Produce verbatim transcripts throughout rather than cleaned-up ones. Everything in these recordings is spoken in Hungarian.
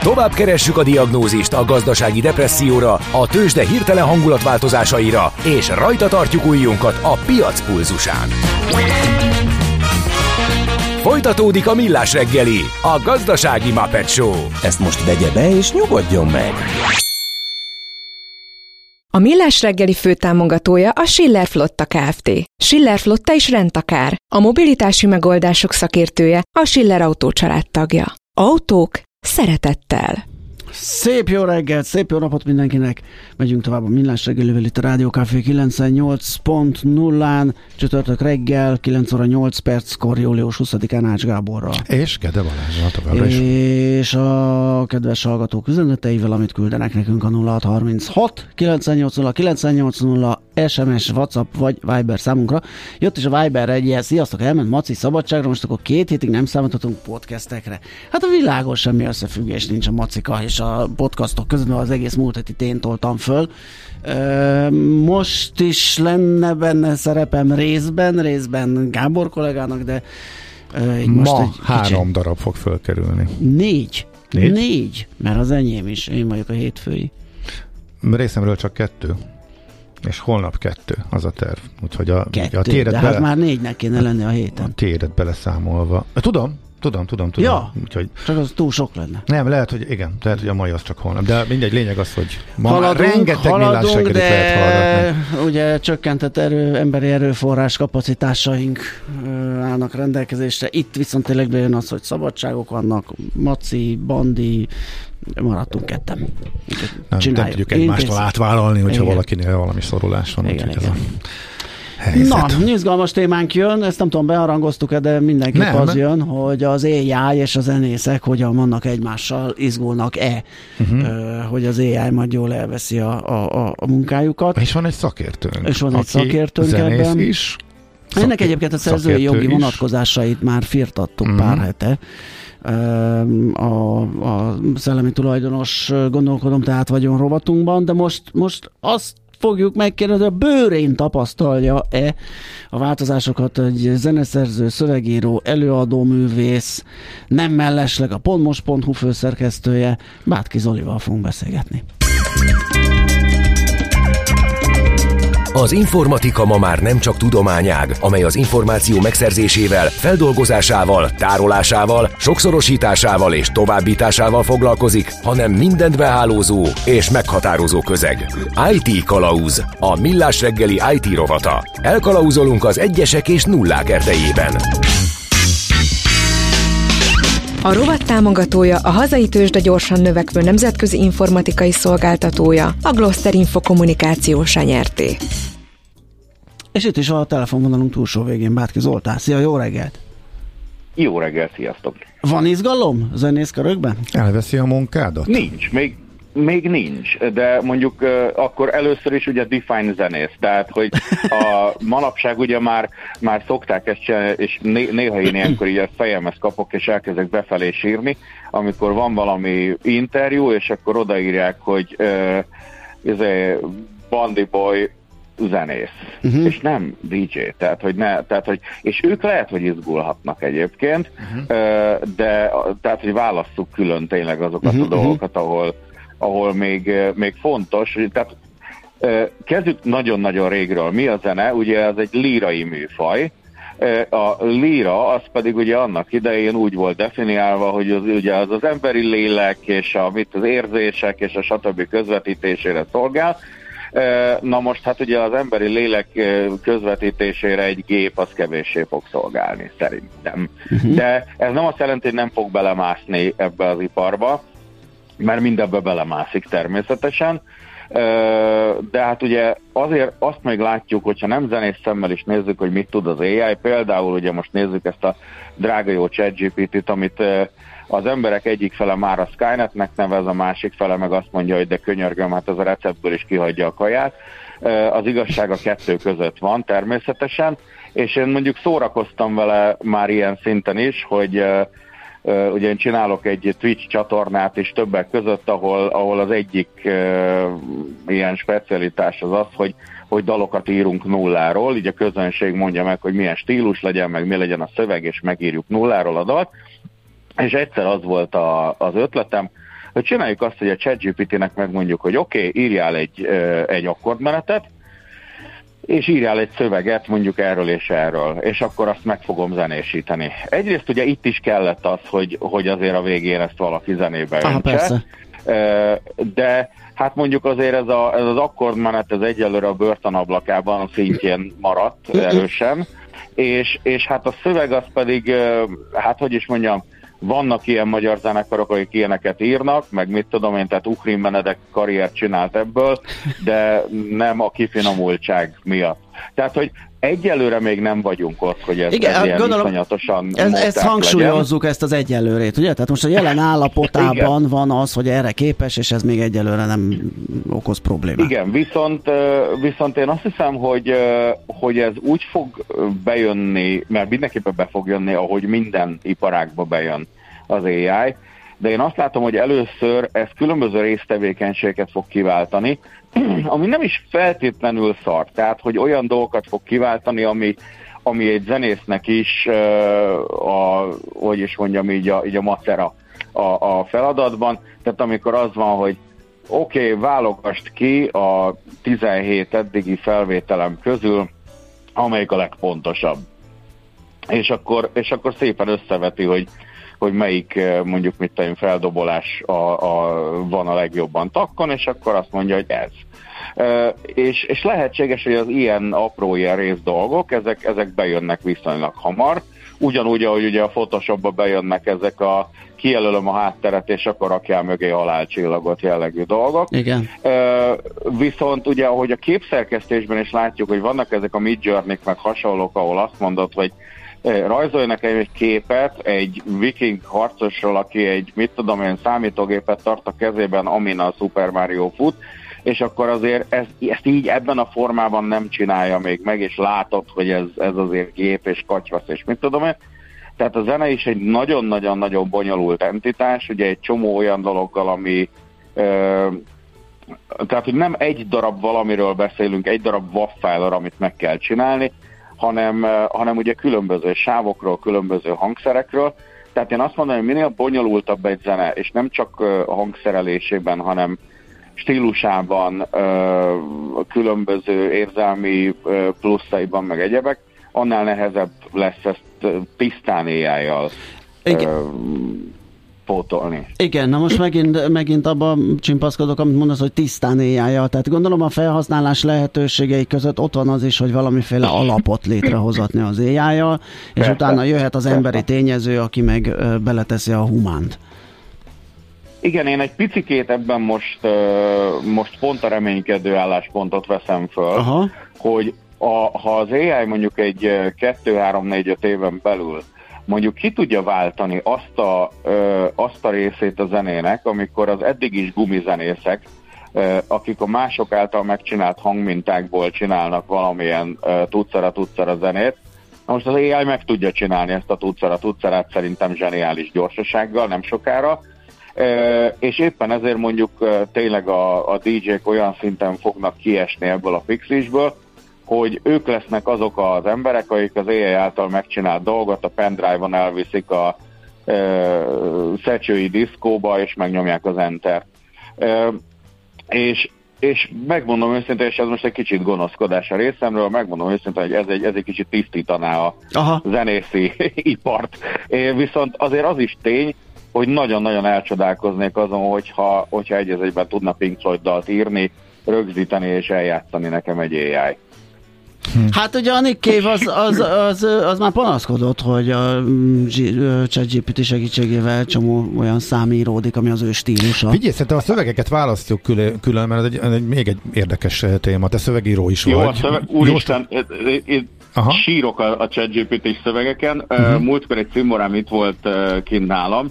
Tovább keressük a diagnózist a gazdasági depresszióra, a tőzsde hirtelen hangulatváltozásaira, és rajta tartjuk ujjunkat a piac pulzusán. Folytatódik a Millás reggeli, a gazdasági Muppet Show. Ezt most vegye be és nyugodjon meg! A Millás reggeli főtámogatója a Schiller Flotta Kft. Schiller Flotta is rendtakár. A mobilitási megoldások szakértője, a Schiller Autó család tagja. Autók szeretettel. Szép jó reggelt, szép jó napot mindenkinek. Megyünk tovább a Millás reggelivel itt a Rádió Café kilencvennyolc pont nullán. Csütörtök reggel, kilenc óra nyolc perckor, július huszadikán Ács Gáborral. És Gede Balázsral továbbra is. És a kedves hallgatók üzeneteivel, amit küldenek nekünk a nulla hat harminchat kilencvennyolc nulla kilencvennyolc nulla es em es, WhatsApp vagy Viber számunkra. Jött is a Viberre egy ilyen, sziasztok, elment Maci szabadságra, most akkor két hétig nem számíthatunk podcastekre. Hát a világon semmi összefüggés nincs a Macika és a podcastok között, az egész múlt heti én toltam föl. Most is lenne benne szerepem részben, részben Gábor kollégának, de ma most egy három kicsi... darab fog fölkerülni. Négy. Négy? Négy, mert az enyém is, én vagyok a hétfői. Részemről csak kettő. És holnap kettő, az a terv. Úgyhogy a, kettő, a téret de bele... hát már négynek kéne lenni a héten. A téret beleszámolva. Tudom, tudom, tudom, tudom. Ja, úgyhogy... csak az túl sok lenne. Nem, lehet, hogy igen, lehet, hogy a mai az csak holnap. De mindegy, lényeg az, hogy ma haladunk, rengeteg Millás reggelit lehet hallgatni. Ugye csökkentett erő, emberi erőforrás kapacitásaink ö, állnak rendelkezésre. Itt viszont tényleg bejön az, hogy szabadságok vannak, Maci, Bandi, maradtunk ketten. Nem, nem tudjuk egymástól átvállalni, hogyha igen. valakinél valami szorulás van. Igen, igen. Na, izgalmas témánk jön, ezt nem tudom, beharangoztuk-e, de mindenképp nem. az jön, hogy az á i és a zenészek hogyan vannak egymással, izgulnak-e, uh-huh. hogy az á i majd jól elveszi a, a, a munkájukat. És van egy szakértőnk. És van egy szakértőnk ebben. Is. Ennek Szakért, egyébként a szerzői jogi is. vonatkozásait már firtattuk uh-huh. pár hete. A, a szellemi tulajdonos gondolkodom, tehát vagyon rovatunkban, de most, most azt fogjuk megkérdezni, hogy a bőrén tapasztalja-e a változásokat egy zeneszerző, szövegíró, előadó művész, nem mellesleg a pontmos pont hu főszerkesztője, Bátki Zolival fogunk beszélgetni. Az informatika ma már nem csak tudományág, amely az információ megszerzésével, feldolgozásával, tárolásával, sokszorosításával és továbbításával foglalkozik, hanem mindent behálózó és meghatározó közeg. í té Kalauz, a Millás reggeli í té rovata. Elkalauzolunk az egyesek és nullák erdejében. A rovat támogatója a hazai tőzsde gyorsan növekvő nemzetközi informatikai szolgáltatója, a Gloster Info Kommunikáció Nyerté. És itt is van a telefonvonalunk túlsó végén Bátki Zoltán. Szia, jó reggelt! Jó reggelt, sziasztok! Van izgalom zenészkörökben? Elveszi a munkádat? Nincs, még Még nincs, de mondjuk uh, akkor először is ugye define zenész, tehát hogy a manapság ugye már, már szokták ezt csinálni, és né- néha én ilyenkor így a fejemhez kapok, és elkezdek befelé sírni, amikor van valami interjú, és akkor odaírják, hogy uh, Bandi Boy zenész, uh-huh. és nem dé dzsé, tehát hogy ne, tehát hogy, és ők lehet, hogy izgulhatnak egyébként, uh-huh. de tehát, hogy válasszuk külön tényleg azokat uh-huh. a dolgokat, ahol ahol még, még fontos, tehát kezdjük nagyon-nagyon régről. Mi a zene? Ugye ez egy lírai műfaj. A líra az pedig ugye annak idején úgy volt definiálva, hogy az, ugye az az emberi lélek és a, mit, az érzések és a stb. Közvetítésére szolgál. Na most hát ugye az emberi lélek közvetítésére egy gép az kevéssé fog szolgálni, szerintem. Uh-huh. De ez nem azt jelenti, hogy nem fog belemászni ebbe az iparba, mert mindebbe belemászik természetesen, de hát ugye azért azt még látjuk, hogyha nem zenész szemmel is nézzük, hogy mit tud az á i, például ugye most nézzük ezt a drága jó ChatGPT-t, amit az emberek egyik fele már a Skynetnek nevez, a másik fele meg azt mondja, hogy de könyörgöm, hát az a receptből is kihagyja a kaját. Az igazság a kettő között van természetesen, és én mondjuk szórakoztam vele már ilyen szinten is, hogy Uh, ugye én csinálok egy Twitch csatornát is többek között, ahol, ahol az egyik uh, ilyen specialitás az az, hogy, hogy dalokat írunk nulláról, így a közönség mondja meg, hogy milyen stílus legyen, meg mi legyen a szöveg, és megírjuk nulláról a dalt. És egyszer az volt a, az ötletem, hogy csináljuk azt, hogy a ChatGPT-nek megmondjuk, hogy oké, okay, írjál egy, egy akkordmenetet, és írjál egy szöveget mondjuk erről és erről, és akkor azt meg fogom zenésíteni. Egyrészt ugye itt is kellett az, hogy, hogy azért a végén ezt valaki zenébe öntse, de hát mondjuk azért ez, a, ez az akkordmenet ez egyelőre a börtönablakában a szintjén maradt erősen, és, és hát a szöveg az pedig, hát hogy is mondjam, vannak ilyen magyar zenekarok, akik ilyeneket írnak, meg mit tudom én, tehát Uhrin Benedek karriert csinált ebből, de nem a kifinomultság miatt. Tehát, hogy egyelőre még nem vagyunk ott, hogy ez, igen, ez ilyen gondolom, iszonyatosan ez, ezt hangsúlyozzuk, legyen. Ezt az egyelőrét, ugye? Tehát most a jelen állapotában van az, hogy erre képes, és ez még egyelőre nem okoz problémát. Igen, viszont, viszont én azt hiszem, hogy, hogy ez úgy fog bejönni, mert mindenképpen be fog jönni, ahogy minden iparágba bejön az á i, de én azt látom, hogy először ez különböző résztevékenységeket fog kiváltani, ami nem is feltétlenül szar, tehát hogy olyan dolgokat fog kiváltani, ami, ami egy zenésznek is, a, hogy is mondjam, így a, így a macera a, a feladatban, tehát amikor az van, hogy oké, okay, válogasd ki a tizenhét eddigi felvételem közül, amelyik a legfontosabb. És akkor, és akkor szépen összeveti, hogy hogy melyik mondjuk mit tenni, feldobolás a, a, van a legjobban takkon, és akkor azt mondja, hogy ez. E, és, és lehetséges, hogy az ilyen apró, ilyen rész dolgok, ezek, ezek bejönnek viszonylag hamar. Ugyanúgy, ahogy ugye a Photoshopba bejönnek ezek a kijelölöm a hátteret, és akkor rakjál mögé halálcsillagot jellegű dolgok. Igen. E, viszont ugye, ahogy a képszerkesztésben is látjuk, hogy vannak ezek a Midjourney-k, meg hasonlók, ahol azt mondod, hogy rajzolj nekem egy képet egy viking harcosról, aki egy, mit tudom én, számítógépet tart a kezében, amin a Super Mario fut, és akkor azért ez, ezt így ebben a formában nem csinálja még meg, és látod, hogy ez, ez azért gép és katyvasz, és mit tudom én. Tehát a zene is egy nagyon-nagyon-nagyon bonyolult entitás, ugye egy csomó olyan dologgal, ami ö, tehát, hogy nem egy darab valamiről beszélünk, egy darab WAV fájlról, amit meg kell csinálni, hanem, hanem ugye különböző sávokról, különböző hangszerekről. Tehát én azt mondom, hogy minél bonyolultabb egy zene, és nem csak a hangszerelésében, hanem stílusában, különböző érzelmi pluszaiban, meg egyebek, annál nehezebb lesz ezt tisztán á i-jal pótolni. Igen, na most megint, megint abban csimpaszkodok, amit mondasz, hogy tisztán á i-jal. Tehát gondolom a felhasználás lehetőségei között ott van az is, hogy valamiféle alapot létrehozatni az á i-jal, és persze, utána jöhet az emberi persze. tényező, aki meg beleteszi a humánt. Igen, én egy picikét ebben most, most pont a reménykedő álláspontot veszem föl, aha. hogy a, ha az á i mondjuk egy kettő három négy öt éven belül mondjuk ki tudja váltani azt a, ö, azt a részét a zenének, amikor az eddig is gumizenészek, ö, akik a mások által megcsinált hangmintákból csinálnak valamilyen ö, tuccara-tuccara zenét. Na most az á i meg tudja csinálni ezt a tuccara-tuccarát szerintem zseniális gyorsasággal, nem sokára, ö, és éppen ezért mondjuk ö, tényleg a, a dé jék olyan szinten fognak kiesni ebből a pixisből, hogy ők lesznek azok az emberek, akik az á i által megcsinált dolgot a pendrive-on elviszik a e, szecsői diszkóba, és megnyomják az enter. E, és, és megmondom őszintén, és ez most egy kicsit gonoszkodás a részemről, megmondom őszintén, hogy ez egy, ez egy kicsit tisztítaná a aha. zenészi ipart. É, viszont azért az is tény, hogy nagyon-nagyon elcsodálkoznék azon, hogyha, hogyha egy egyben tudna Pink Floyd dalt írni, rögzíteni és eljátszani nekem egy á i. Hm. Hát ugye a Nick Cave az, az, az, az már panaszkodott, hogy a ChatGPT segítségével csomó olyan szám íródik, ami az ő stílusa. Figyelj, szerintem a szövegeket választjuk külön, külön mert ez egy, ez egy, még egy érdekes téma. Te szövegíró is jó, vagy. A szöveg, úristen, én sírok a, a ChatGPT szövegeken. Uh-huh. Múltkor egy cimborám itt volt kint nálam,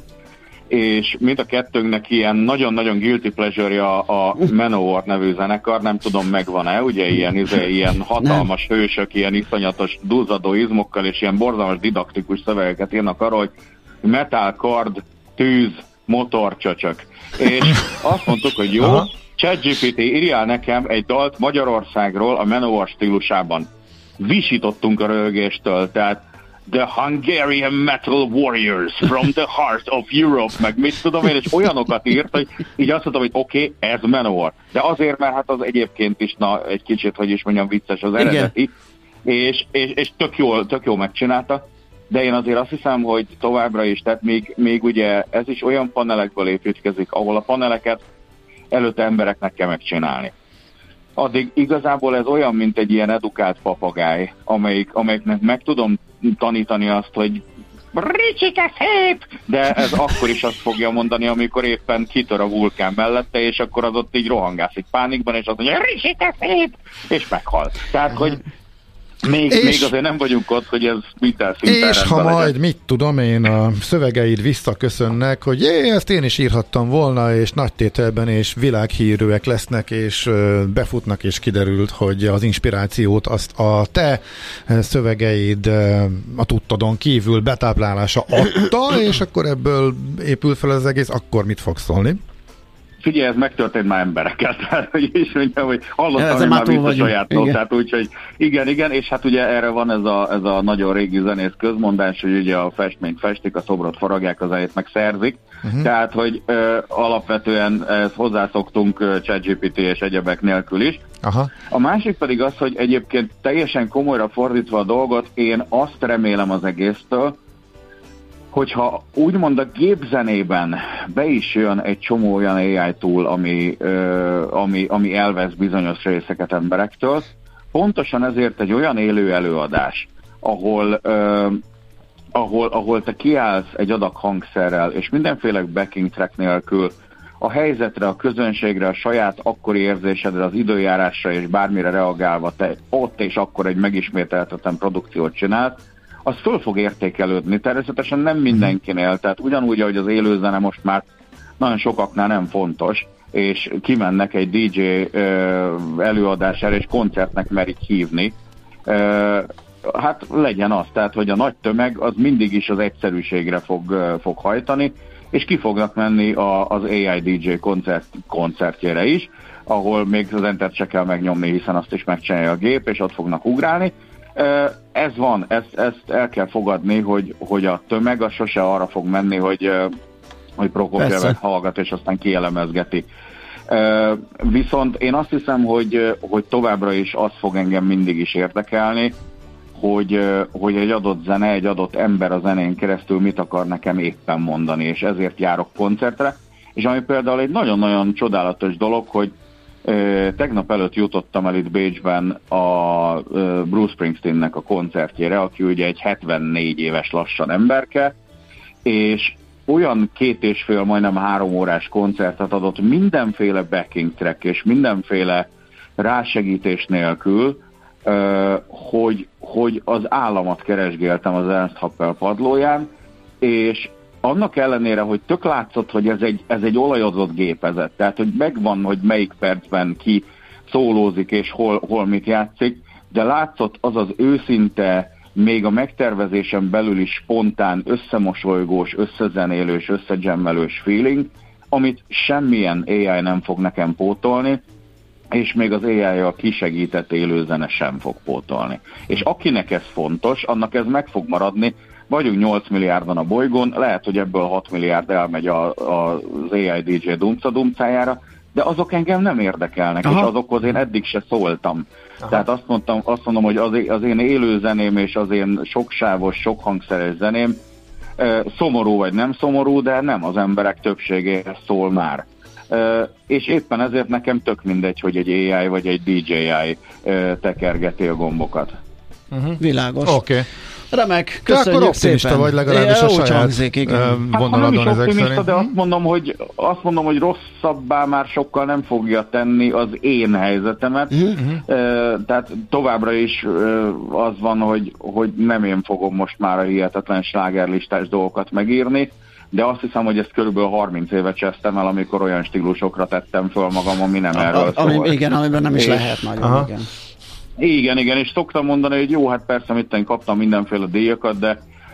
és mind a kettőnknek ilyen nagyon-nagyon guilty pleasure-ja a Manowar nevű zenekar, nem tudom megvan-e, ugye ilyen, izé, ilyen hatalmas nem. hősök, ilyen iszonyatos duzzadó izmokkal, és ilyen borzalmas didaktikus szövegeket írnak arról, hogy metal, kard, tűz, motor, csöcsök. És azt mondtuk, hogy jó, ChatGPT, írjál nekem egy dalt Magyarországról a Manowar stílusában. Visítottunk a röhögéstől, tehát The Hungarian Metal Warriors from the heart of Europe, meg mit tudom én, és olyanokat írt, hogy így azt mondtam, hogy oké, okay, ez Manowar. De azért, mert hát az egyébként is, na, egy kicsit, hogy is mondjam, vicces az eredeti, és, és, és tök, jól, tök jól megcsinálta, de én azért azt hiszem, hogy továbbra is, tehát még, még ugye ez is olyan panelekből építkezik, ahol a paneleket előtte embereknek kell megcsinálni. Addig igazából ez olyan, mint egy ilyen edukált papagáj, amelyik, amelyiknek meg tudom tanítani azt, hogy Ricsike szép! De ez akkor is azt fogja mondani, amikor éppen kitör a vulkán mellette, és akkor az ott így rohangászik pánikban, és azt mondja, Ricsike szép! És meghal. Tehát, hogy Még, és, még azért nem vagyunk ott, hogy ez minden szinten és ha legyen. Majd, mit tudom én, a szövegeid visszaköszönnek, hogy jé, ezt én is írhattam volna, és nagy tételben, és világhírűek lesznek, és befutnak, és kiderült, hogy az inspirációt azt a te szövegeid a tudtadon kívül betáplálása adta, és akkor ebből épül fel az egész, akkor mit fogsz szólni? Figyelj, ez megtörtént már emberekkel, tehát hogy is mondjam, hogy hallottam, hogy már vissza sajáttól, tehát úgyhogy igen, igen, és hát ugye erre van ez a, ez a nagyon régi zenész közmondás, hogy ugye a festményt festik, a szobrot faragják, az eljét meg szerzik, uh-huh. Tehát, hogy ö, alapvetően ezt hozzászoktunk ChatGPT és egyebek nélkül is. Aha. A másik pedig az, hogy egyébként teljesen komolyra fordítva a dolgot, én azt remélem az egésztől, hogyha úgymond a gépzenében be is jön egy csomó olyan á i tool, ami, ö, ami, ami elvesz bizonyos részeket emberektől, pontosan ezért egy olyan élő előadás, ahol, ö, ahol, ahol te kiállsz egy adag hangszerrel, és mindenféle backing track nélkül a helyzetre, a közönségre, a saját akkori érzésedre, az időjárásra és bármire reagálva te ott és akkor egy megismételhetetlen produkciót csinálsz, az föl fog értékelődni. Természetesen nem mindenkinél, tehát ugyanúgy, ahogy az élőzene most már nagyon sokaknál nem fontos, és kimennek egy dé dzsé előadására, és koncertnek merik hívni. Hát legyen az, tehát, hogy a nagy tömeg az mindig is az egyszerűségre fog, fog hajtani, és ki fognak menni a, az á i dé dzsé koncert, koncertjére is, ahol még az entert se kell megnyomni, hiszen azt is megcsinálja a gép, és ott fognak ugrálni. Ez van, ezt, ezt el kell fogadni, hogy, hogy a tömeg az sose arra fog menni, hogy, hogy Prokofjevet hallgat, és aztán kielemezgeti. Viszont én azt hiszem, hogy, hogy továbbra is az fog engem mindig is érdekelni, hogy, hogy egy adott zene, egy adott ember a zenén keresztül mit akar nekem éppen mondani, és ezért járok koncertre. És ami például egy nagyon-nagyon csodálatos dolog, hogy tegnap előtt jutottam el itt Bécsben a Bruce Springsteennek a koncertjére, aki ugye egy hetvennégy éves lassan emberke, és olyan két és fél, majdnem három órás koncertet adott mindenféle backing track és mindenféle rásegítés nélkül, hogy, hogy az államat keresgéltem az Ernst Happel padlóján, és annak ellenére, hogy tök látszott, hogy ez egy, ez egy olajozott gépezet, tehát hogy megvan, hogy melyik percben ki szólózik és hol, hol mit játszik, de látszott az az őszinte, még a megtervezésen belül is spontán, összemosolygós, összezenélős, összedzsemmelős feeling, amit semmilyen á i nem fog nekem pótolni, és még az á i-jal kisegített élőzene sem fog pótolni. És akinek ez fontos, annak ez meg fog maradni. Vagyunk nyolc milliárdan a bolygón, lehet, hogy ebből hat milliárd elmegy a, a, az á i dé dzsé dumca-dumcájára, de azok engem nem érdekelnek, aha, és azokhoz én eddig se szóltam. Aha. Tehát azt, mondtam, azt mondom, hogy az, az én élő zeném és az én soksávos, sok hangszeres zeném e, szomorú vagy nem szomorú, de nem az emberek többségéhez szól már. E, és éppen ezért nekem tök mindegy, hogy egy á i vagy egy dé dzsé á i e, tekergeti a gombokat. Uh-huh. Világos. Oké. Okay. Remek, köszönjük akkor optimista szépen. Vagy legalábbis é, a saját hangzik, vonaladon hát, ezek szerint. De azt mondom, hogy, azt mondom, hogy rosszabbá már sokkal nem fogja tenni az én helyzetemet. Uh-huh. Tehát továbbra is az van, hogy, hogy nem én fogom most már a hihetetlen slágerlistás dolgokat megírni, de azt hiszem, hogy ezt körülbelül harminc éve csesztem el, amikor olyan stílusokra tettem föl magam, ami nem a, erről ami, szól. Igen, amiben nem is és, lehet nagyon, igen. Igen, igen, és szoktam mondani, hogy jó, hát persze, itt én kaptam mindenféle díjakat, de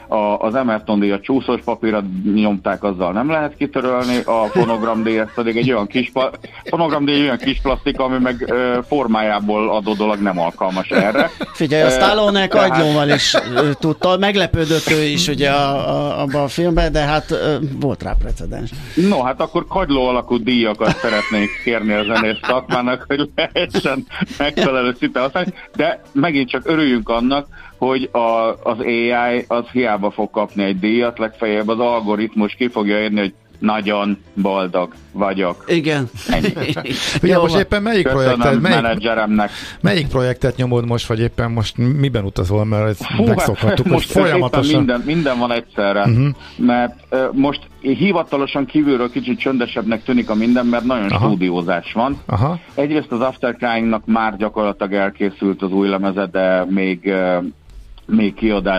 a, az Emerton díjat csúszós papírra nyomták, azzal nem lehet kitörölni, a fonogramdíjat pedig egy olyan kis, fonogramdíj egy olyan kis plastik, ami meg ö, formájából adódólag nem alkalmas erre. Figyelj, a Stallone kagylóval is tudta, meglepődött ő is ugye a, a, abban a filmben, de hát ö, volt rá precedens. No, hát akkor kagyló alakú díjakat szeretnék kérni a zenész szakmának, hogy lehessen megfelelő szinten használni, de megint csak örüljünk annak, hogy a, az á i az hiába fog kapni egy díjat, legfeljebb az algoritmus ki fogja érni, hogy nagyon boldog vagyok. Igen. Ugye most éppen melyik projektet, melyik, melyik projektet nyomod most, vagy éppen most miben utazol, mert ezt Hú, megszokhattuk, hát, most folyamatosan. Minden, minden van egyszerre, uh-huh. mert uh, most hivatalosan kívülről kicsit csöndesebbnek tűnik a minden, mert nagyon Aha. stúdiózás van. Aha. Egyrészt az After Crying-nak már gyakorlatilag elkészült az új lemeze, de még uh, még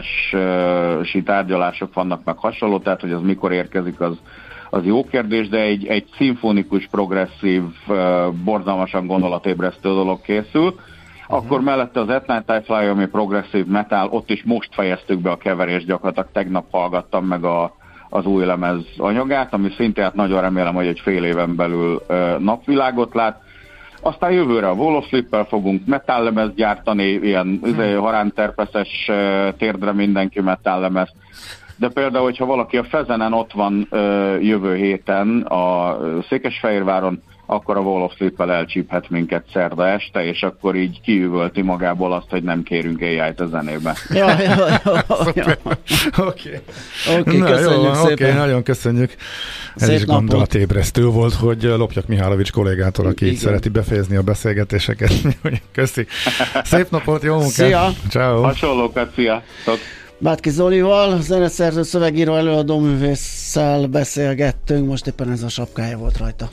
kiadási tárgyalások vannak meg hasonló, tehát hogy az mikor érkezik, az az jó kérdés, de egy, egy szimfonikus, progresszív, uh, borzalmasan gondolatébresztő dolog készül. Uh-huh. Akkor mellette az At Night I Fly, ami progresszív metal, ott is most fejeztük be a keverést, gyakorlatilag tegnap hallgattam meg a, az új lemez anyagát, ami szintén hát nagyon remélem, hogy egy fél éven belül uh, napvilágot lát. Aztán jövőre a Wall of Slip-el fogunk metal lemezt gyártani, ilyen hmm. haránterpeszes uh, térdre mindenki metal lemezt. De például, hogyha valaki a Fezenen ott van ö, jövő héten a Székesfehérváron, akkor a Wall of Sleep-el elcsíphet minket szerda este, és akkor így kiüvölti magából azt, hogy nem kérünk á í-t a zenébe. Ja, ja, ja, ja. Oké. Oké, köszönjük szépen. Oké, nagyon köszönjük. Ez Szép is napot. Gondolatébresztő volt, hogy Lopjak Mihálovics kollégától, aki így szereti befejezni a beszélgetéseket. Köszi. Szép napot, jó munkát. Szia. Ciao. Hasonlókat, szia. Bátki Zolival, zeneszerző, szövegíró, előadó művésszel beszélgettünk, most éppen ez a sapkája volt rajta.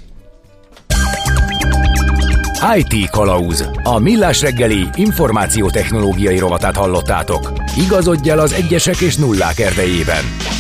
í té Kalauz. A Millás reggeli információtechnológiai rovatát hallottátok. Igazodj el az egyesek és nullák erdejében.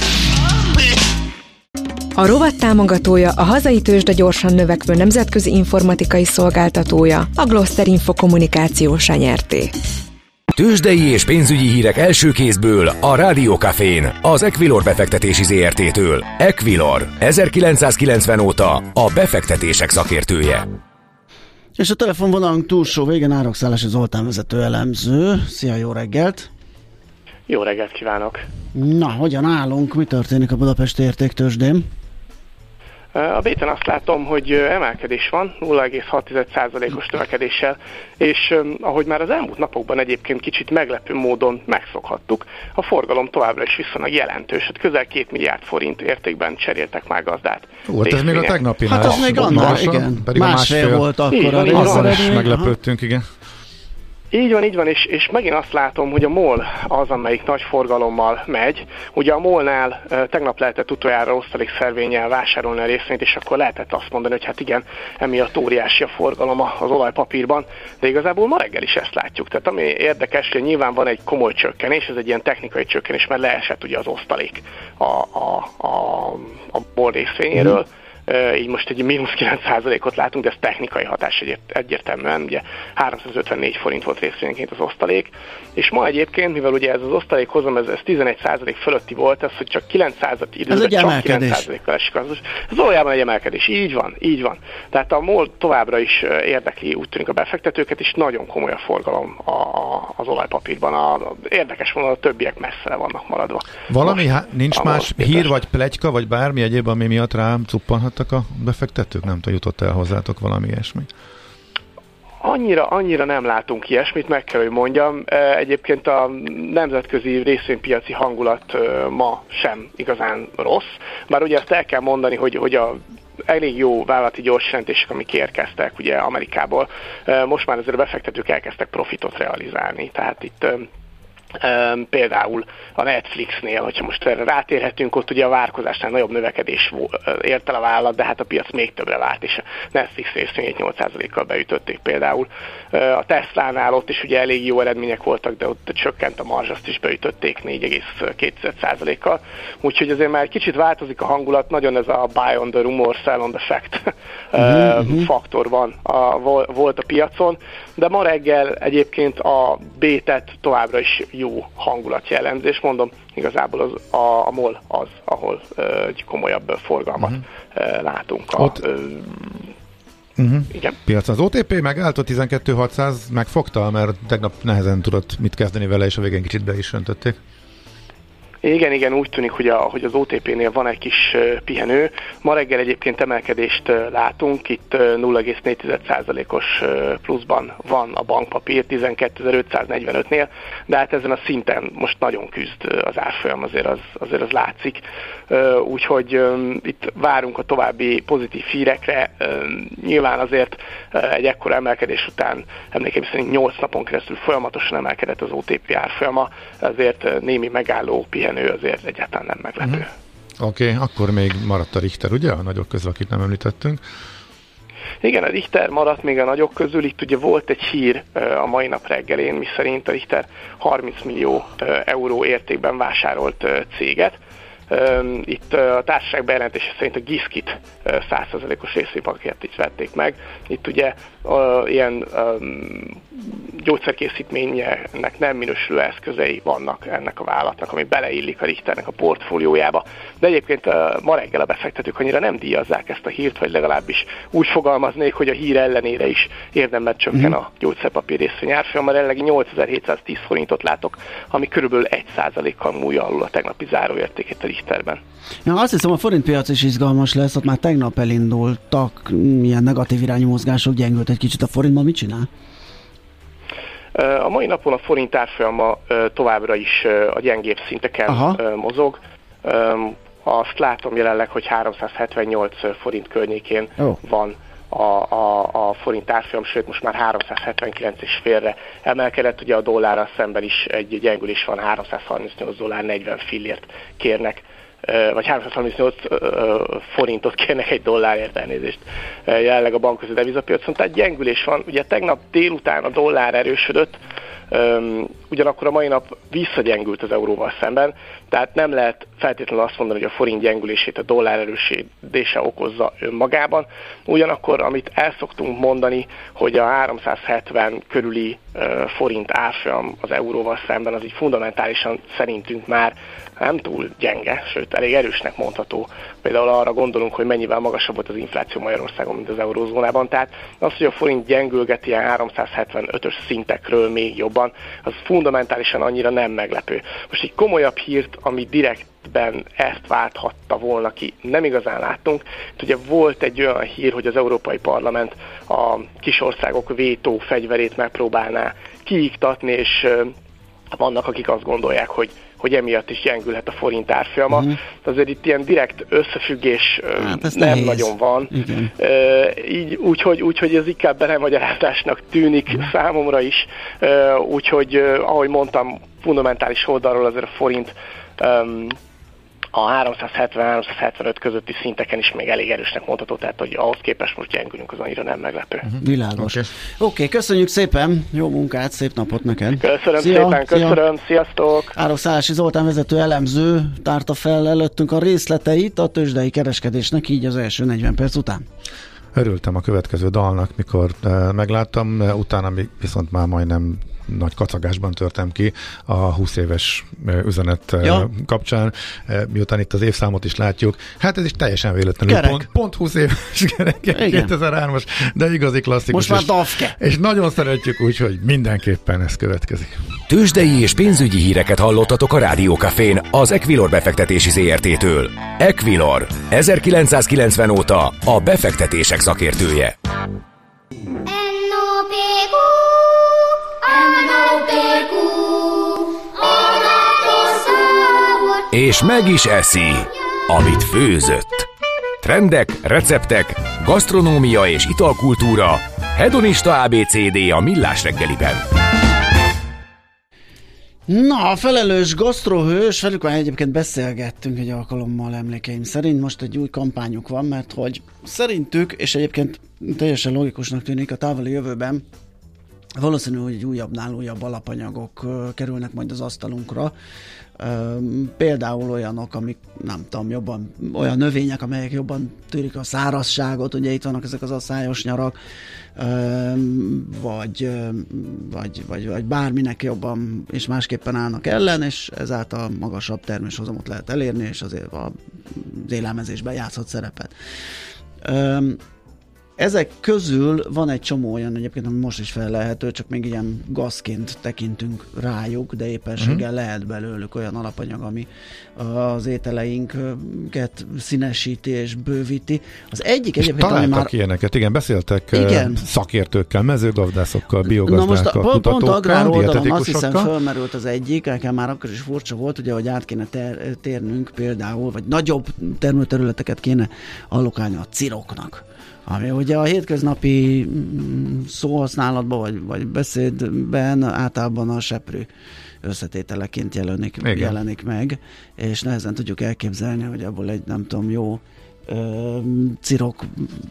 A rovat támogatója a hazai tőzsde gyorsan növekvő nemzetközi informatikai szolgáltatója, a Gloster Info Kommunikáció nyerté. Tőzsdei és pénzügyi hírek első kézből a Rádió Cafén, az Equilor befektetési zé er té-től. Equilor, ezerkilencszázkilencven óta a befektetések szakértője. És a telefonvonalunk túlsó végén Árokszállási Zoltán vezető elemző. Szia, jó reggelt! Jó reggelt kívánok! Na, hogyan állunk? Mi történik a Budapesti Értéktőzsdén? A béten azt látom, hogy emelkedés van, nulla egész hat százalékos növekedéssel, és ahogy már az elmúlt napokban egyébként kicsit meglepő módon megszokhattuk, a forgalom továbbra is viszonylag jelentős, hát közel két milliárd forint értékben cseréltek már gazdát. Ó, ez még a tegnapinál. Hát az még annál, igen. Pedig másfél, másfél volt akkor a részre. Meglepődtünk, igen. Így van, így van, és, és megint azt látom, hogy a MOL az, amelyik nagy forgalommal megy. Ugye a MOL-nál e, tegnap lehetett utoljára osztalékszervénnyel vásárolni a részvényt, és akkor lehetett azt mondani, hogy hát igen, emiatt óriási a forgalom az olajpapírban, de igazából ma reggel is ezt látjuk. Tehát ami érdekes, hogy nyilván van egy komoly csökkenés, ez egy ilyen technikai csökkenés, mert leesett ugye az osztalék a, a, a, a MOL részvényéről. Mm. Uh, így most egy mínusz kilenc százalékot látunk, de ez technikai hatás egyértelműen, ugye háromszázötvennégy forint volt részvényenként az osztalék, és ma egyébként, mivel ugye ez az osztalékhozam, ez, ez tizenegy százalék fölötti volt, ez, hogy csak kilenc százalék időben csak kilenc százalékkal esik, az, ez valójában egy emelkedés, így van, így van. Tehát a MOL továbbra is érdekli, úgy tűnik a befektetőket, és nagyon komoly a forgalom a, a, az olajpapírban. A, a, érdekes volna, a többiek messzire vannak maradva. Valami, most, há- nincs más hír, vagy pletyka, vagy bármi egyéb, ami miatt rám cuppanhat a befektetők? Nem tudom, jutott el hozzátok valami ilyesmi? Annyira, annyira nem látunk ilyesmit, meg kell, hogy mondjam. Egyébként a nemzetközi részvénypiaci hangulat ma sem igazán rossz. Bár ugye ezt el kell mondani, hogy, hogy a elég jó vállalati gyors jelentések, amik érkeztek ugye Amerikából. Most már azért a befektetők elkezdtek profitot realizálni. Tehát itt Um, például a Netflixnél, hogyha most erre rátérhetünk, ott ugye a várkozásnál nagyobb növekedés ért el a vállalat, de hát a piac még többre várt, és a Netflix részvényét nyolc százalékkal beütötték például. Uh, a Teslánál ott is ugye elég jó eredmények voltak, de ott csökkent a marzs, azt is beütötték négy egész két százalékkal. Úgyhogy azért már egy kicsit változik a hangulat, nagyon ez a buy on the rumor, sell on the fact uh, faktor van a, volt a piacon, de ma reggel egyébként a bétet továbbra is jó jó hangulat jellemző, és mondom, igazából az, a, a MOL az, ahol ö, egy komolyabb forgalmat uh-huh. ö, látunk. A, Ott... ö, Uh-huh. Igen. Piacon az o té pé megállt, a tizenkettő-hatszáz megfogta, mert tegnap nehezen tudott mit kezdeni vele, és a végén kicsit be is öntötték. Igen, igen, úgy tűnik, hogy, a, hogy az o té pénél van egy kis uh, pihenő. Ma reggel egyébként emelkedést uh, látunk, itt uh, nulla egész négy százalékos uh, pluszban van a bankpapír tizenkétezer-ötszáznegyvenötnél, de hát ezen a szinten most nagyon küzd uh, az árfolyam, azért az, azért az látszik. Uh, úgyhogy um, itt várunk a további pozitív hírekre. Uh, nyilván azért uh, egy ekkora emelkedés után emlékeim szerint nyolc napon keresztül folyamatosan emelkedett az o té pé árfolyama, azért uh, némi megálló pihenő ő azért egyáltalán nem meglepő. Uh-huh. Oké, okay, akkor még maradt a Richter, ugye? A nagyok közül, akit nem említettünk. Igen, a Richter maradt még a nagyok közül. Itt ugye volt egy hír a mai nap reggelén, miszerint a Richter harminc millió euró értékben vásárolt céget. Itt a társaság bejelentése szerint a Giszkit száz százalékos részvénypakket is vették meg. Itt ugye uh, ilyen um, gyógyszerkészítménynek nem minősülő eszközei vannak ennek a vállalatnak, ami beleillik a Richternek a portfóliójába. De egyébként uh, ma reggel a befektetők annyira nem díjazzák ezt a hírt, vagy legalábbis úgy fogalmaznék, hogy a hír ellenére is érdemben csökken a gyógyszerpapír részvény árfolyama. Jelenlegi nyolcezer-hétszáztíz forintot látok, ami körülbelül egy százalékkal múlja alul a tegnapi záróértékét a Richterben. Ja, azt hiszem, a forintpiac is izgalmas lesz, ott már tegnap elindultak milyen negatív irányú mozgások, gyengült egy kicsit a forintban, mit csinál? A mai napon a forint árfolyama továbbra is a gyengébb szinteken Aha. mozog. Azt látom jelenleg, hogy háromszázhetvennyolc forint környékén oh. van a, a, a forint árfolyam, sőt most már háromszázhetvenkilenc és félre emelkedett, ugye a dollárral szemben is egy gyengülés van, háromszázharmincnyolc dollár negyven fillért kérnek, vagy háromszázharmincnyolc forintot kérnek egy dollárért, elnézést jelenleg a bankközi devizapiacon, tehát gyengülés van. Ugye tegnap délután a dollár erősödött, ugyanakkor a mai nap visszagyengült az euróval szemben, tehát nem lehet feltétlenül azt mondani, hogy a forint gyengülését a dollár erősödése okozza önmagában. Ugyanakkor, amit el szoktunk mondani, hogy a háromszázhetven körüli forint árfolyam az euróval szemben, az így fundamentálisan szerintünk már nem túl gyenge, sőt elég erősnek mondható. Például arra gondolunk, hogy mennyivel magasabb volt az infláció Magyarországon, mint az eurózónában. Tehát az, hogy a forint gyengülget ilyen háromszázhetvenötös szintekről még jobban, az fundamentálisan annyira nem meglepő. Most egy komolyabb hírt, ami direktben ezt válthatta volna ki, nem igazán láttunk. Itt ugye volt egy olyan hír, hogy az Európai Parlament a kisországok vétó fegyverét megpróbálná kiiktatni, és vannak, akik azt gondolják, hogy hogy emiatt is gyengülhet a forint árfolyama. Uh-huh. Azért itt ilyen direkt összefüggés hát nem nehéz. Nagyon van. Uh, így, úgyhogy, úgyhogy ez inkább belemagyarázásnak tűnik uh-huh. számomra is. Uh, úgyhogy, uh, ahogy mondtam, fundamentális oldalról azért a forint um, a háromszázhetven-háromszázhetvenöt közötti szinteken is még elég erősnek mondható, tehát hogy ahhoz képest most gyengülünk, az annyira nem meglepő. Uh-huh. Világos. Oké, okay. okay, köszönjük szépen, jó munkát, szép napot neked. Köszönöm szia, szépen, köszönöm, szia. Sziasztok! Árok-Szálasi Zoltán vezető elemző tárta fel előttünk a részleteit a tőzsdei kereskedésnek, így az első negyven perc után. Örültem a következő dalnak, mikor uh, megláttam, uh, utána viszont már majdnem nagy kacagásban törtem ki a húsz éves üzenet ja. kapcsán, miután itt az évszámot is látjuk. Hát ez is teljesen véletlenül. Pont, pont húsz éves kerek, kétezer-hármas, de igazi klasszikus. Most már dafke. És, és nagyon szeretjük, úgyhogy mindenképpen ez következik. Tőzsdei és pénzügyi híreket hallottatok a Rádió Cafén az Equilor befektetési zé er té-től. Equilor, ezerkilencszázkilencven óta a befektetések szakértője. És meg is eszi, amit főzött. Trendek, receptek, gasztronómia és italkultúra, hedonista á bé cé dé a Millás reggeliben. Na, a felelős gasztrohős, velük már egyébként beszélgettünk egy alkalommal emlékeim szerint, most egy új kampányuk van, mert hogy szerintük, és egyébként teljesen logikusnak tűnik, a távoli jövőben valószínű, hogy újabbnál újabb alapanyagok kerülnek majd az asztalunkra. Például olyanok, amik nem tudom, jobban, olyan növények, amelyek jobban tűrik a szárazságot, ugye itt vannak ezek az asszályos nyarak, vagy, vagy, vagy, vagy bárminek jobban és másképpen állnak ellen, és ezáltal magasabb terméshozamot lehet elérni, és azért az élelmezésben játszhat szerepet. Ezek közül van egy csomó olyan egyébként, ami most is felelhető, csak még ilyen gazként tekintünk rájuk, de éppenséggel uh-huh. lehet belőlük olyan alapanyag, ami az ételeinket színesíti és bővíti. Az egyik és egyébként, találtak ami már... ilyeneket, igen, beszéltek igen. szakértőkkel, mezőgazdászokkal, biogazdákkal, Na most a, pont agrár oldalon azt hiszem fölmerült az egyik, nekem már akkor is furcsa volt, ugye, hogy át kéne ter- térnünk például, vagy nagyobb termőterületeket kéne allokálni a ciroknak. Ami ugye a hétköznapi szóhasználatban vagy, vagy beszédben általában a seprű összetételeként jelenik, jelenik meg, és nehezen tudjuk elképzelni, hogy abból egy nem tudom, jó ö, cirok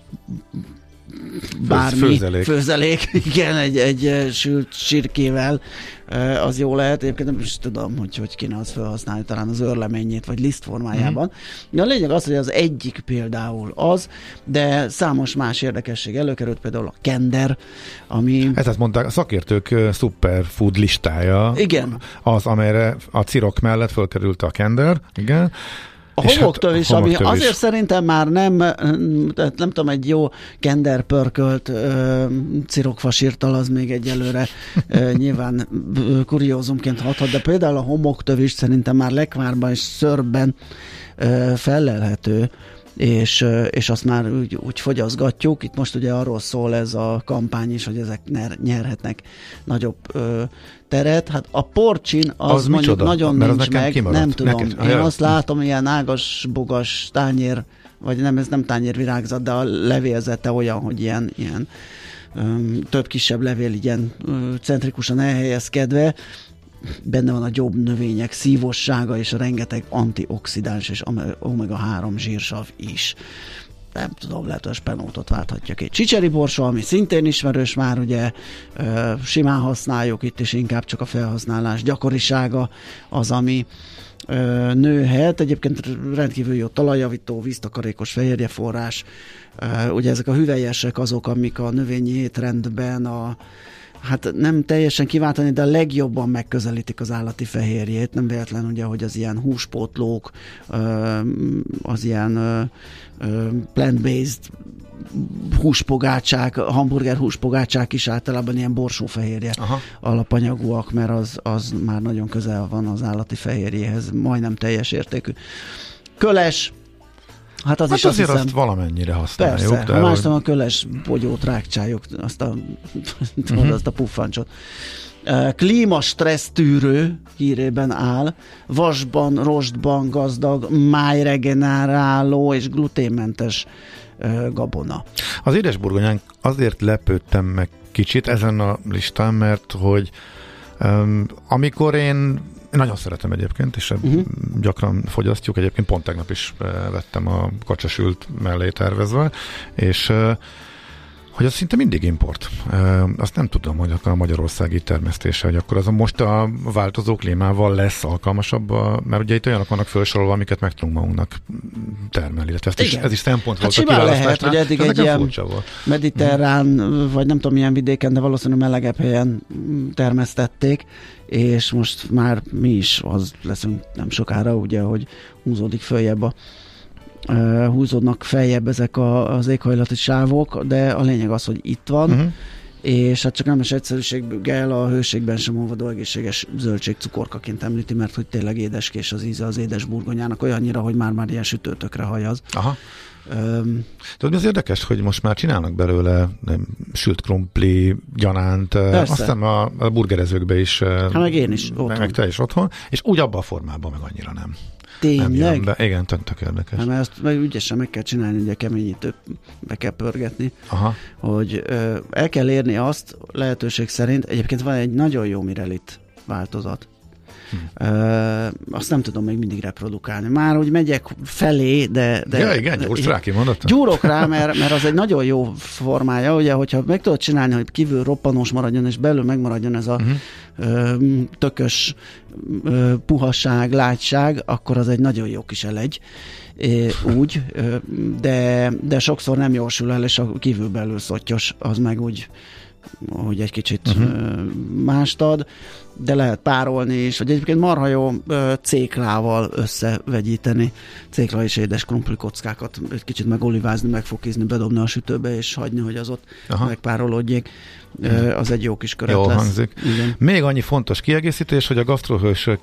bármi főzelék, főzelék igen, egy, egy sült sirkével, az jó lehet. Egyébként nem is tudom, hogy hogy kéne azt felhasználni, talán az őrleményét, vagy liszt formájában. Mm. A lényeg az, hogy az egyik például az, de számos más érdekesség előkerült, például a kender, ami... Ezt mondták, a szakértők superfood listája, igen. az, amelyre a cirok mellett fölkerült a kender, igen. A homoktövis, hát, ami azért szerintem már nem, nem tudom, egy jó kenderpörkölt cirokfasírtal az még egyelőre nyilván kuriózumként hathat, de például a homoktövis szerintem már lekvárban és szörben felelhető, és, és azt már úgy, úgy fogyaszgatjuk. Itt most ugye arról szól ez a kampány is, hogy ezek nyerhetnek nagyobb ö, teret. Hát a porcsin az, az mondjuk micsoda? Nagyon mert nincs meg, kimaradt. Nem tudom. Neked? Én azt látom, ilyen ágas-bogas tányér, vagy nem, ez nem tányérvirágzat, de a levélzete olyan, hogy ilyen, ilyen ö, több kisebb levél ilyen ö, centrikusan elhelyezkedve, benne van a jobb növények szívossága és a rengeteg antioxidáns és omega három zsírsav is. Nem tudom, lehet, hogy a spenótot válthatja ki. Csicseri borsó, ami szintén ismerős már, ugye simán használjuk, itt is inkább csak a felhasználás gyakorisága az, ami nőhet. Egyébként rendkívül jó talajjavító, víztakarékos fehérjeforrás. Ugye ezek a hüvelyesek azok, amik a növényi étrendben a hát nem teljesen kiváltani, de a legjobban megközelítik az állati fehérjét. Nem véletlen ugye, hogy az ilyen húspótlók, az ilyen plant-based húspogácsák, hamburger húspogácsák is általában ilyen borsófehérje Aha. alapanyagúak, mert az, az már nagyon közel van az állati fehérjéhez, majdnem teljes értékű. Köles, hát az hát is azért azt hiszem, azt valamennyire használjuk. Persze, ha más nem a köles bogyót rákcsáljuk, azt a, uh-huh. azt a puffancsot. Klímastressz tűrő hírében áll, vasban, rostban gazdag, májregeneráló és gluténmentes gabona. Az édesburgonyán azért lepődtem meg kicsit ezen a listán, mert hogy um, amikor én Én nagyon szeretem egyébként, és uh-huh. gyakran fogyasztjuk. Egyébként pont tegnap is vettem a kacsasült mellé tervezve, és hogy az szinte mindig import. Azt nem tudom, hogy a magyarországi termesztése, hogy akkor az a most a változó klímával lesz alkalmasabb, mert ugye itt olyanok vannak felsorolva, amiket meg tudunk magunknak termelni. Illetve ezt is, ez is szempont hát volt a kiválasztásnál. Lehet, hogy eddig egy ilyen mediterrán, uh-huh. vagy nem tudom milyen vidéken, de valószínűleg melegebb helyen termesztették, és most már mi is az leszünk nem sokára, ugye, hogy húzódik följebb a uh, húzódnak feljebb ezek a, az éghajlati sávok, de a lényeg az, hogy itt van, uh-huh. és hát csak nem is egyszerűséggel a hőségben sem olvadó egészséges zöldség cukorkaként említi, mert hogy tényleg édeskés az íze az édesburgonyának, olyannyira, hogy már-már ilyen sütőtökre hajaz. Aha. Um, Tudod, az érdekes, hogy most már csinálnak belőle nem, sült krumpli, gyanánt, persze. Azt hiszem a, a burgerezőkbe is. Hát meg én is otthon. Meg te is otthon, és úgy abban a formában meg annyira nem. Tényleg? Nem igen, tök, tök érdekes. Hát, mert ezt meg ügyesen meg kell csinálni, ugye keményítőt be kell pörgetni, Aha. hogy ö, el kell érni azt lehetőség szerint, egyébként van egy nagyon jó Mirelit változat. Hmm. Uh, azt nem tudom még mindig reprodukálni. Már úgy megyek felé, de... de ja, igen, gyúrsz rá, kimondottam. Gyúrok rá, mert, mert az egy nagyon jó formája, ugye, hogyha meg tudod csinálni, hogy kívül roppanós maradjon, és belül megmaradjon ez a uh-huh. ö, tökös ö, puhasság, lágyság, akkor az egy nagyon jó kis elegy. É, úgy, de, de sokszor nem jósul el, és a kívülbelül szottyos, az meg úgy, hogy egy kicsit uh-huh. mást ad, de lehet párolni is, vagy egyébként marha jó céklával összevegyíteni, cékla és édes krumplikockákat egy kicsit megolivázni, megfokizni, bedobni a sütőbe, és hagyni, hogy az ott Aha. megpárolódjék. Uh-huh. Az egy jó kis köret jó lesz. Hangzik. Igen. Még annyi fontos kiegészítés, hogy a gasztrohősök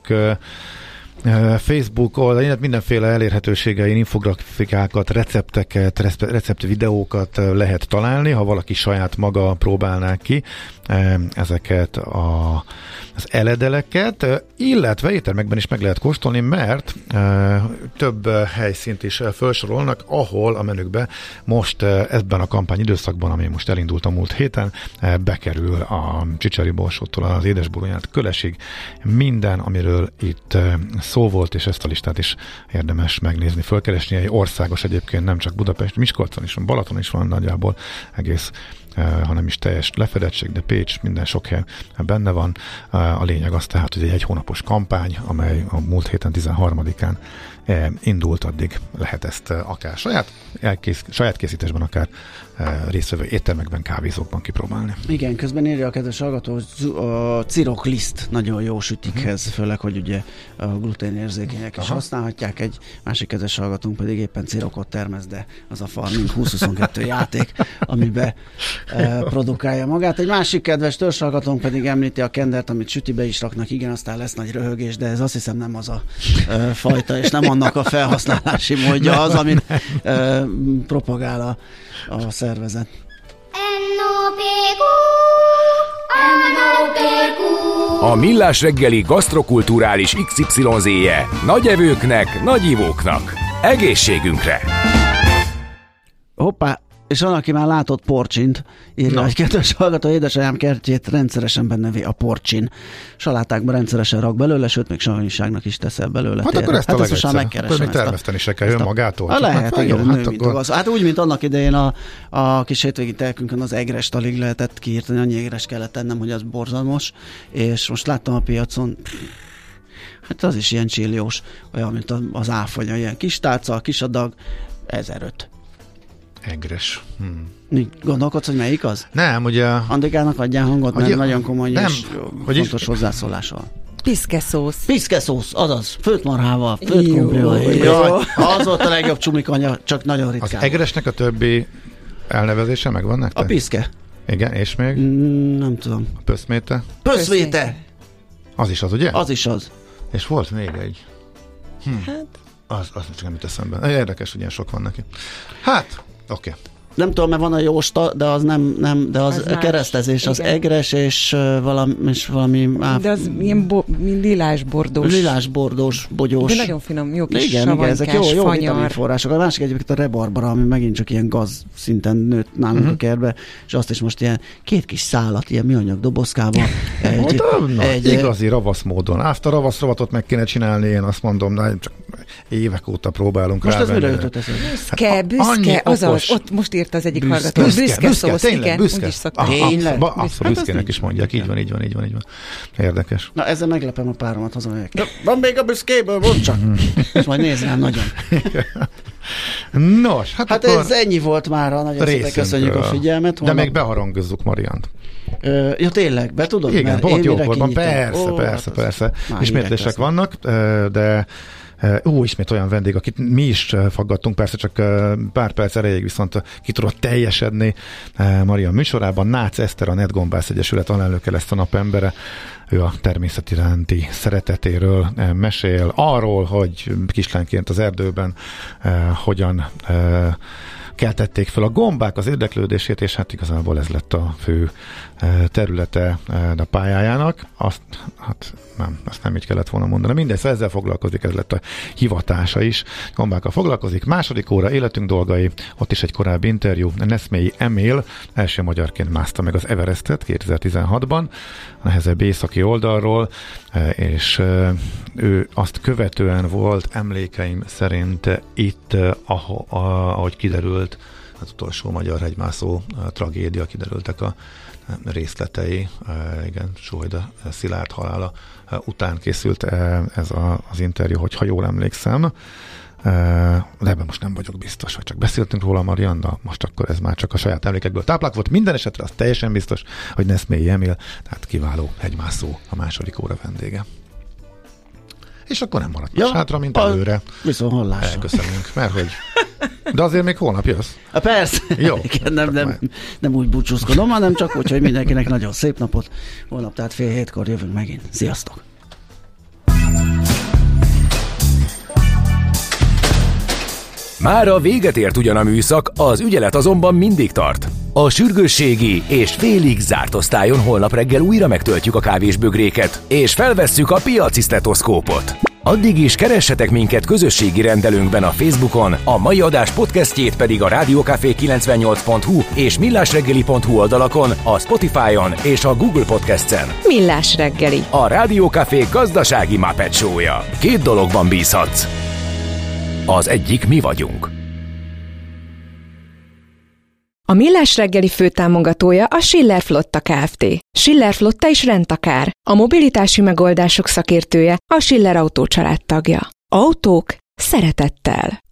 Facebook oldalon mindenféle elérhetőségein infografikákat, recepteket, recept videókat lehet találni, ha valaki saját maga próbálná ki ezeket a, az eledeleket, illetve éttermekben is meg lehet kóstolni, mert e, több helyszínt is felsorolnak, ahol a menükbe most ebben a kampány időszakban, ami most elindult a múlt héten, e, bekerül a csicseri borsótól az édesburgonyát Kölesig minden, amiről itt e, szó volt, és ezt a listát is érdemes megnézni, fölkeresni. Egy országos egyébként, nem csak Budapest, Miskolcon is van, Balaton is van nagyjából egész, Uh, hanem is teljes lefedettség, de Pécs, minden sok hely benne van. Uh, a lényeg az tehát, hogy egy egy hónapos kampány, amely a múlt héten tizenharmadikán uh, indult, addig lehet ezt uh, akár saját, elkész, saját készítésben, akár uh, résztvevő éttermekben, kávézókban kipróbálni. Igen, közben írja a kedves hallgató, a Cirok Liszt nagyon jó sütikhez, uh-huh. főleg, hogy ugye a gluténérzékenyek is használhatják. Egy másik kedves hallgatónk pedig éppen Cirokot termesz, de az a Farming húsz huszonkettő játék, amiben produkálja magát. Egy másik kedves törzshallgatónk pedig említi a kendert, amit sütibe is raknak, igen, aztán lesz nagy röhögés, de ez azt hiszem nem az a ö, fajta, és nem annak a felhasználási módja az, amit ö, propagál a, a szervezet. A Millás reggeli gasztrokulturális iksz ipszilon zé-je nagy evőknek, nagy ivóknak. Egészségünkre! Hoppá! És van, aki már látott porcsint, írja egy kedves hallgató, édesanyám kertjét rendszeresen bennevi a porcsin. Salátákban rendszeresen rak belőle, sőt, még savanyúságnak is teszel belőle. Hát akkor ezt hát a legegyszerűbb. Akkor még termeszteni se kell önmagától. A lehet, igen, jó, hát, akkor... az. Hát úgy, mint annak idején a, a kis hétvégi telkünkön az egrest alig lehetett kiírtani, annyi egres kellett tennem, hogy az borzalmas, és most láttam a piacon, hát az is ilyen csilliós, olyan, mint az áfonya, ilyen kis tálca, kis adag, ezeröt. Egres. Hmm. Gondolkodsz, hogy melyik az? Nem, ugye... Andikának adjál hangot, mert nagyon komoly nem, és fontos is... hozzászólással. Piszkeszósz. Piszkeszósz, azaz. Főtt marhával, főtt kumbrival. Az volt a legjobb csumikanya, csak nagyon ritkán. Az egresnek a többi elnevezése megvan nektek? A piszke. Igen, és még? Mm, nem tudom. A pöszméte? Pöszméte! Az is az, ugye? Az is az. És volt még egy. Hm. Hát... Az, az csak nem jut eszembe. Érdekes, hogy ilyen sok van neki. Hát, oké. Okay. Nem tudom, mert van a jósta, de az nem, nem de az, az keresztezés, az egres, és valami, és valami áf... De az ilyen bo, lilás-bordós. Lilás-bordós, bogyós. De nagyon finom, jó kis igen, savanykás, igen, ezek jó, jó fanyar. vitaminforrások. A másik egyébként a rebarbara, ami megint csak ilyen gaz szinten nőtt nálunk uh-huh. a kertbe, és azt is most ilyen két kis szálat, ilyen műanyag dobozkában. egy, na, egy, igazi ravasz módon. Azt a ravasz rovatot meg kéne csinálni, én azt mondom, de csak évek óta próbálunk most rá. Most ez mire jutott eszembe? Büszke, büszke, azaz, ott most írt az egyik hallgató. Büszke, büszke, büszke szósz, tényleg, igen, büszke. úgy is szokták. Tényleg? Abszolút, abszolút büszkének is mondják, így van, így van, így van, így van. Érdekes. Na ezzel meglepem a páromat, hazamegyek. Van még a büszkéből, mondd csak. És majd nézz rám nagyon. Nos, hát, hát akkor ez ennyi volt már, nagyon szépen köszönjük a figyelmet. De még beharangozzuk Mariant. Ö, ja tényleg, be tudod? Igen, pont jókorban, persze, Ó, persze, hát persze. Ismétlések vannak, de Ó, ismét olyan vendég, akit mi is faggattunk, persze csak pár perc erejéig viszont ki tudott teljesedni Maria műsorában. Nácz Eszter, a Netgombász Egyesület alelnöke lesz a napembere. Ő a természet iránti szeretetéről mesél, arról, hogy kislányként az erdőben hogyan keltették fel a gombák az érdeklődését, és hát igazából ez lett a fő területe a pályájának. Azt, hát nem, azt nem így kellett volna mondani. Mindegy, szóval ezzel foglalkozik, ez lett a hivatása is. Gombákkal foglalkozik. Második óra, életünk dolgai, ott is egy korábbi interjú. Neszmélyi Emil első magyarként mászta meg az Everestet kétezer-tizenhatban, a nehezebb északi oldalról, és ő azt követően volt emlékeim szerint itt, ahogy kiderült, az utolsó magyar hegymászó tragédia, kiderültek a részletei, igen, Solyda Szilárd halála után készült ez a, az interjú, hogyha jól emlékszem, de ebben most nem vagyok biztos, hogy csak beszéltünk róla Marianna, most akkor ez már csak a saját emlékekből táplálkozott. Volt. Minden esetre az teljesen biztos, hogy Neszmélyi Emil, tehát kiváló hegymászó a második óra vendége. És akkor nem maradt ja, hátra, mint előre. Viszont hallásra. Elköszönünk, mert hogy... De azért még holnap jössz. A persze. Jó. Igen, nem, nem, nem úgy búcsúzkodom, hanem csak úgy, hogy mindenkinek nagyon szép napot. Holnap, tehát fél hétkor jövünk megint. Sziasztok! Mára véget ért ugyan a műszak, az ügyelet azonban mindig tart. A sürgősségi és félig zárt osztályon holnap reggel újra megtöltjük a kávésbögréket, és felvesszük a piaci sztetoszkópot. Addig is keressetek minket közösségi rendelőnkben a Facebookon, a mai adás podcastjét pedig a rádiókafé kilencvennyolc pont hu és millásreggeli pont hu oldalakon, a Spotify-on és a Google Podcast-en. Millás reggeli. A Rádiókafé gazdasági Muppet show-ja. Két dologban bízhatsz. Az egyik mi vagyunk. A Millás reggeli főtámogatója a Schiller Flotta Kft. Schiller Flotta és rendtakár. A mobilitási megoldások szakértője, a Schiller Autó család tagja. Autók szeretettel.